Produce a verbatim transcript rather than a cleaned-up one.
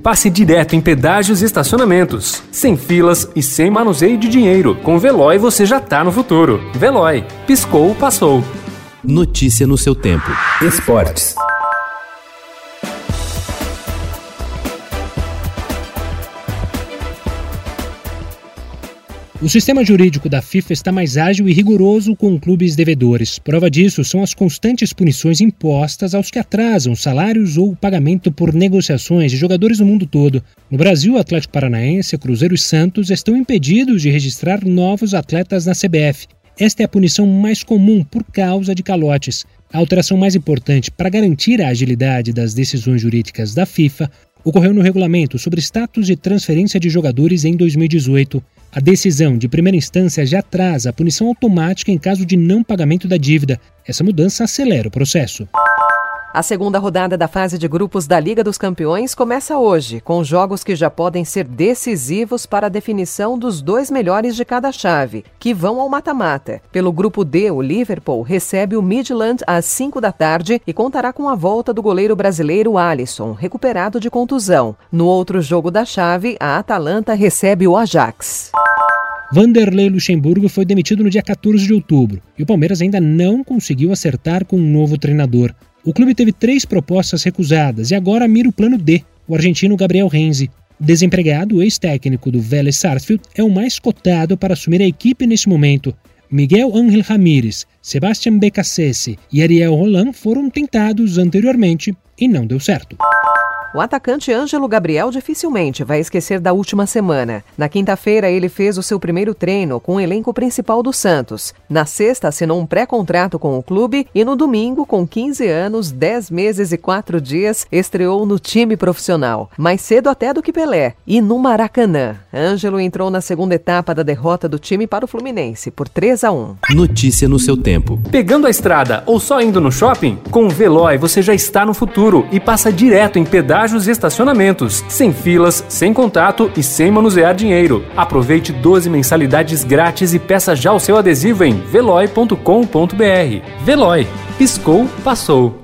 passe direto em pedágios e estacionamentos, sem filas e sem manuseio de dinheiro. Com Veloy você já tá no futuro. Veloy. Piscou, passou. Notícia no seu tempo. Esportes. O sistema jurídico da FIFA está mais ágil e rigoroso com clubes devedores. Prova disso são as constantes punições impostas aos que atrasam salários ou pagamento por negociações de jogadores do mundo todo. No Brasil, o Atlético Paranaense, Cruzeiro e Santos estão impedidos de registrar novos atletas na C B F. Esta é a punição mais comum por causa de calotes. A alteração mais importante para garantir a agilidade das decisões jurídicas da FIFA ocorreu no regulamento sobre status de transferência de jogadores em dois mil e dezoito. A decisão de primeira instância já traz a punição automática em caso de não pagamento da dívida. Essa mudança acelera o processo. A segunda rodada da fase de grupos da Liga dos Campeões começa hoje, com jogos que já podem ser decisivos para a definição dos dois melhores de cada chave, que vão ao mata-mata. Pelo grupo D, o Liverpool recebe o Midland às cinco da tarde e contará com a volta do goleiro brasileiro Alisson, recuperado de contusão. No outro jogo da chave, a Atalanta recebe o Ajax. Vanderlei Luxemburgo foi demitido no dia quatorze de outubro e o Palmeiras ainda não conseguiu acertar com um novo treinador. O clube teve três propostas recusadas e agora mira o plano D, o argentino Gabriel Renzi. Desempregado, o ex-técnico do Vélez Sarsfield é o mais cotado para assumir a equipe nesse momento. Miguel Ángel Ramírez, Sebastián Beccacece e Ariel Roland foram tentados anteriormente e não deu certo. O atacante Ângelo Gabriel dificilmente vai esquecer da última semana. Na quinta-feira, ele fez o seu primeiro treino com o elenco principal do Santos. Na sexta, assinou um pré-contrato com o clube e no domingo, com quinze anos, dez meses e quatro dias, estreou no time profissional. Mais cedo até do que Pelé. E no Maracanã. Ângelo entrou na segunda etapa da derrota do time para o Fluminense, por três a um. Notícia no seu tempo. Pegando a estrada ou só indo no shopping? Com o Veloy você já está no futuro e passa direto em pedágios e estacionamentos, sem filas, sem contato e sem manusear dinheiro. Aproveite doze mensalidades grátis e peça já o seu adesivo em veloy ponto com ponto br. Veloy. Piscou, passou.